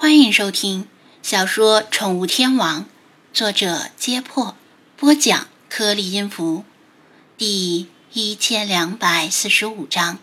欢迎收听小说《宠物天王》，作者揭破，播讲颗粒音符，第1245章。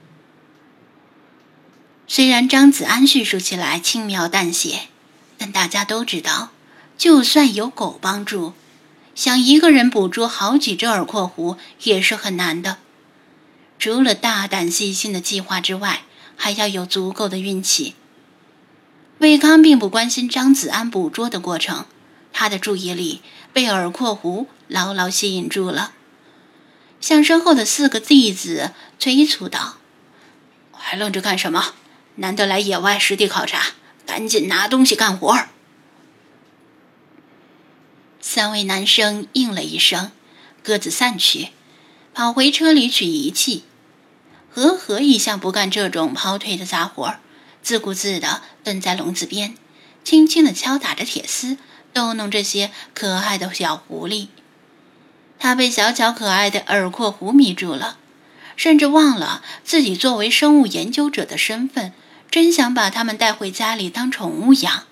虽然张子安叙述起来轻描淡写，但大家都知道，就算有狗帮助，想一个人捕捉好几只耳廓狐也是很难的。除了大胆细心的计划之外，还要有足够的运气。魏康并不关心张子安捕捉的过程，他的注意力被耳廓狐牢牢吸引住了。向身后的4个弟子催促道：“还愣着干什么？难得来野外实地考察，赶紧拿东西干活。”3位男生应了一声，各自散去，跑回车里取仪器。和和一向不干这种跑腿的杂活，自顾自地蹲在笼子边，轻轻地敲打着铁丝，逗弄这些可爱的小狐狸。他被小巧可爱的耳廓狐迷住了，甚至忘了自己作为生物研究者的身份，真想把它们带回家里当宠物养。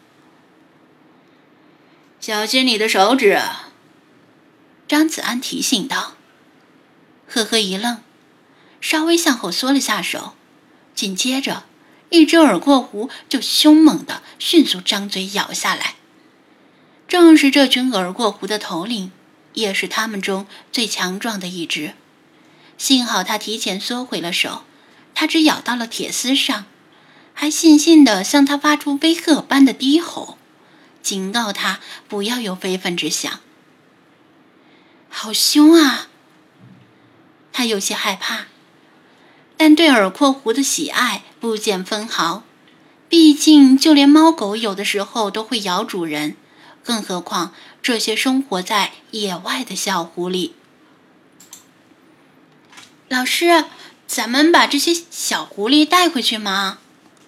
小心你的手指，张子安提醒道。呵呵一愣，稍微向后缩了下手，紧接着一只耳廓狐就凶猛地迅速张嘴咬下来。正是这群耳廓狐的头领，也是他们中最强壮的一只。幸好他提前缩回了手，他只咬到了铁丝上，还悻悻地向他发出威吓般的低吼，警告他不要有非分之想。好凶啊！他有些害怕，但对耳廓狐的喜爱不减分毫。毕竟就连猫狗有的时候都会咬主人，更何况这些生活在野外的小狐狸。老师，咱们把这些小狐狸带回去吗？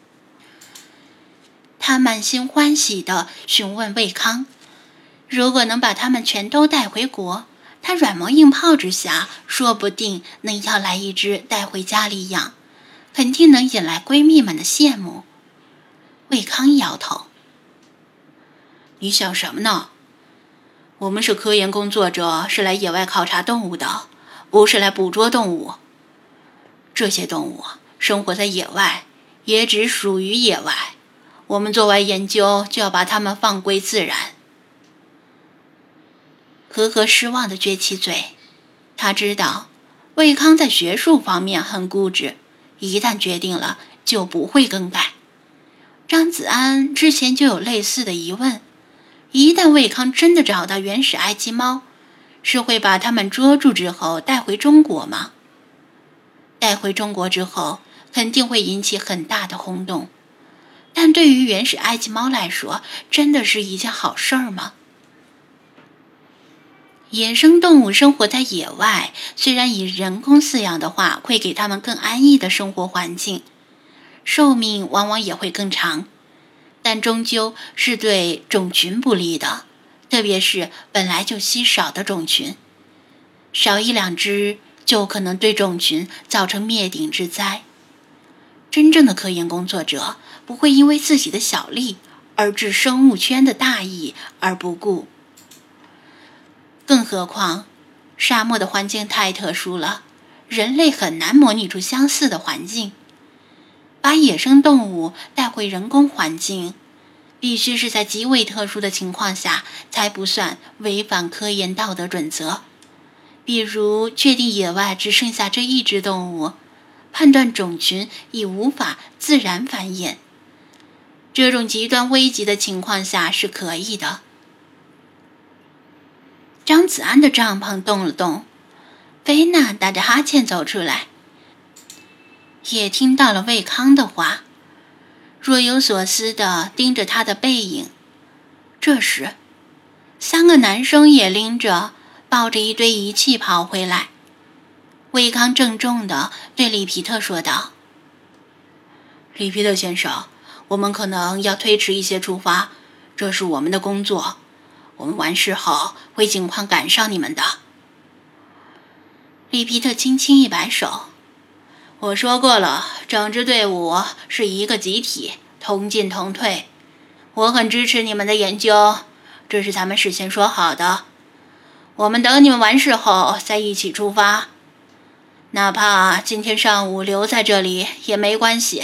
他满心欢喜地询问魏康，如果能把他们全都带回国，他软磨硬泡之下，说不定能要来一只带回家里养，肯定能引来闺蜜们的羡慕。魏康摇头：“你想什么呢？我们是科研工作者，是来野外考察动物的，不是来捕捉动物。这些动物生活在野外，也只属于野外。我们做完研究，就要把它们放归自然。”和和失望地撅起嘴，他知道魏康在学术方面很固执，一旦决定了就不会更改。张子安之前就有类似的疑问，一旦魏康真的找到原始埃及猫，是会把它们捉住之后带回中国吗？带回中国之后肯定会引起很大的轰动，但对于原始埃及猫来说，真的是一件好事儿吗？野生动物生活在野外，虽然以人工饲养的话，会给它们更安逸的生活环境，寿命往往也会更长，但终究是对种群不利的，特别是本来就稀少的种群，少1、2只就可能对种群造成灭顶之灾。真正的科研工作者不会因为自己的小利而置生物圈的大义而不顾。更何况，沙漠的环境太特殊了，人类很难模拟出相似的环境。把野生动物带回人工环境，必须是在极为特殊的情况下，才不算违反科研道德准则。比如，确定野外只剩下这一只动物，判断种群已无法自然繁衍。这种极端危急的情况下是可以的。张子安的帐篷动了动，菲娜打着哈欠走出来，也听到了魏康的话，若有所思地盯着他的背影。这时3个男生也拎着抱着一堆仪器跑回来。魏康郑重地对里皮特说道：“里皮特先生，我们可能要推迟一些出发，这是我们的工作，我们完事后会尽快赶上你们的。”里皮特轻轻一摆手：“我说过了，整支队伍是一个集体，同进同退。 我很支持你们的研究，这是咱们事先说好的。我们等你们完事后再一起出发，哪怕今天上午留在这里也没关系。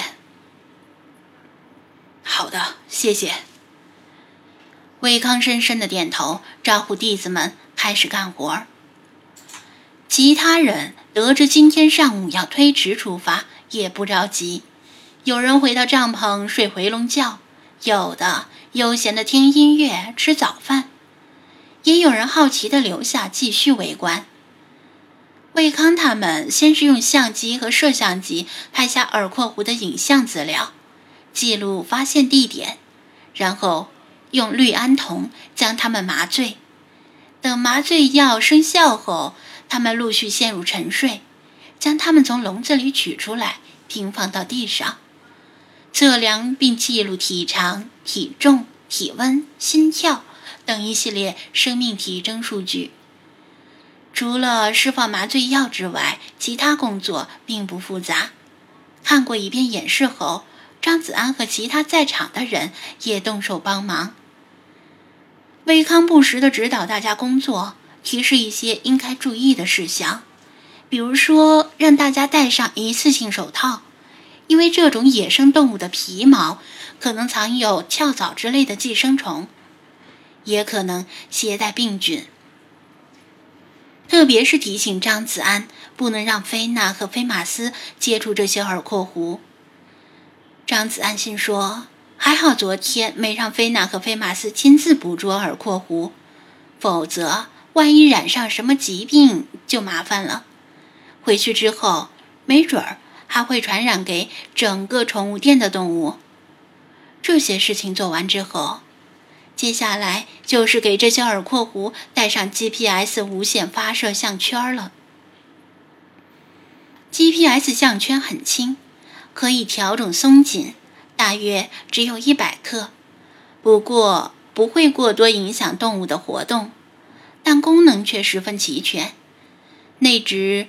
好的，谢谢。魏康深深的点头，招呼弟子们开始干活。其他人得知今天上午要推迟出发，也不着急。有人回到帐篷睡回笼觉，有的悠闲的听音乐、吃早饭，也有人好奇的留下继续围观。魏康他们先是用相机和摄像机拍下耳廓湖的影像资料，记录发现地点，然后用氯胺酮将它们麻醉。等麻醉药生效后，它们陆续陷入沉睡，将它们从笼子里取出来，平放到地上，测量并记录体长、体重、体温、心跳等一系列生命体征数据。除了释放麻醉药之外，其他工作并不复杂。看过一遍演示后，张子安和其他在场的人也动手帮忙。魏康不时地指导大家工作，提示一些应该注意的事项，比如说让大家戴上一次性手套，因为这种野生动物的皮毛可能藏有跳蚤之类的寄生虫，也可能携带病菌。特别是提醒张子安不能让菲娜和菲马斯接触这些耳廓狐。张子安心说，还好昨天没让菲娜和菲马斯亲自捕捉耳廓狐，否则万一染上什么疾病就麻烦了。回去之后没准儿还会传染给整个宠物店的动物。这些事情做完之后，接下来就是给这些耳廓狐带上 GPS 无线发射项圈了。GPS 项圈很轻，可以调整松紧，大约只有100克，不过不会过多影响动物的活动，但功能却十分齐全。内置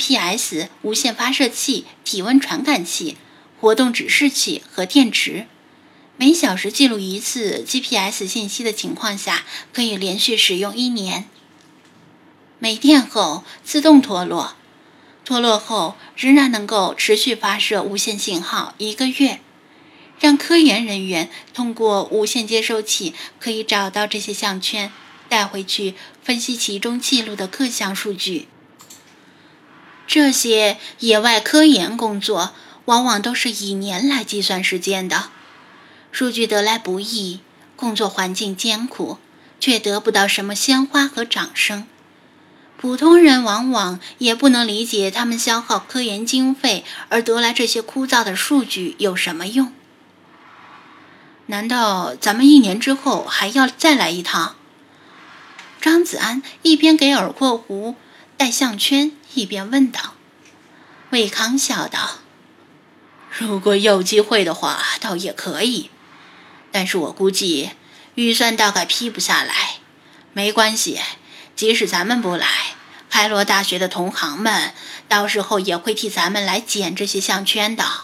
GPS 无线发射器、体温传感器、活动指示器和电池。每小时记录一次 GPS 信息的情况下，可以连续使用1年。没电后自动脱落，脱落后仍然能够持续发射无线信号1个月，让科研人员通过无线接收器可以找到这些项圈，带回去分析其中记录的各项数据。这些野外科研工作往往都是以年来计算时间的，数据得来不易，工作环境艰苦，却得不到什么鲜花和掌声。普通人往往也不能理解他们消耗科研经费而得来这些枯燥的数据有什么用。难道咱们1年之后还要再来一趟？张子安一边给耳廓狐戴项圈，一边问道。魏康笑道，如果有机会的话倒也可以，但是我估计预算大概批不下来。没关系，即使咱们不来，开罗大学的同行们到时候也会替咱们来捡这些项圈的。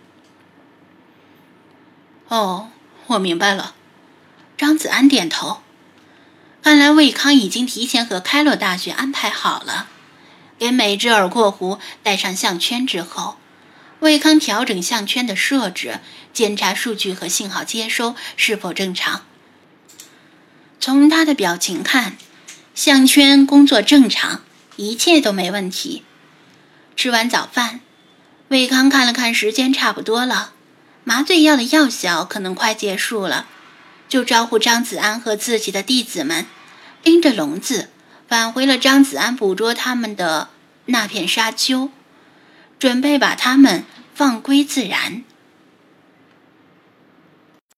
哦，我明白了。张子安点头。看来魏康已经提前和开罗大学安排好了。给每只耳廓狐戴上项圈之后，魏康调整项圈的设置，检查数据和信号接收是否正常。从他的表情看，项圈工作正常，一切都没问题。吃完早饭，魏康看了看时间差不多了，麻醉药的药效可能快结束了，就招呼张子安和自己的弟子们拎着笼子返回了张子安捕捉他们的那片沙丘，准备把他们放归自然。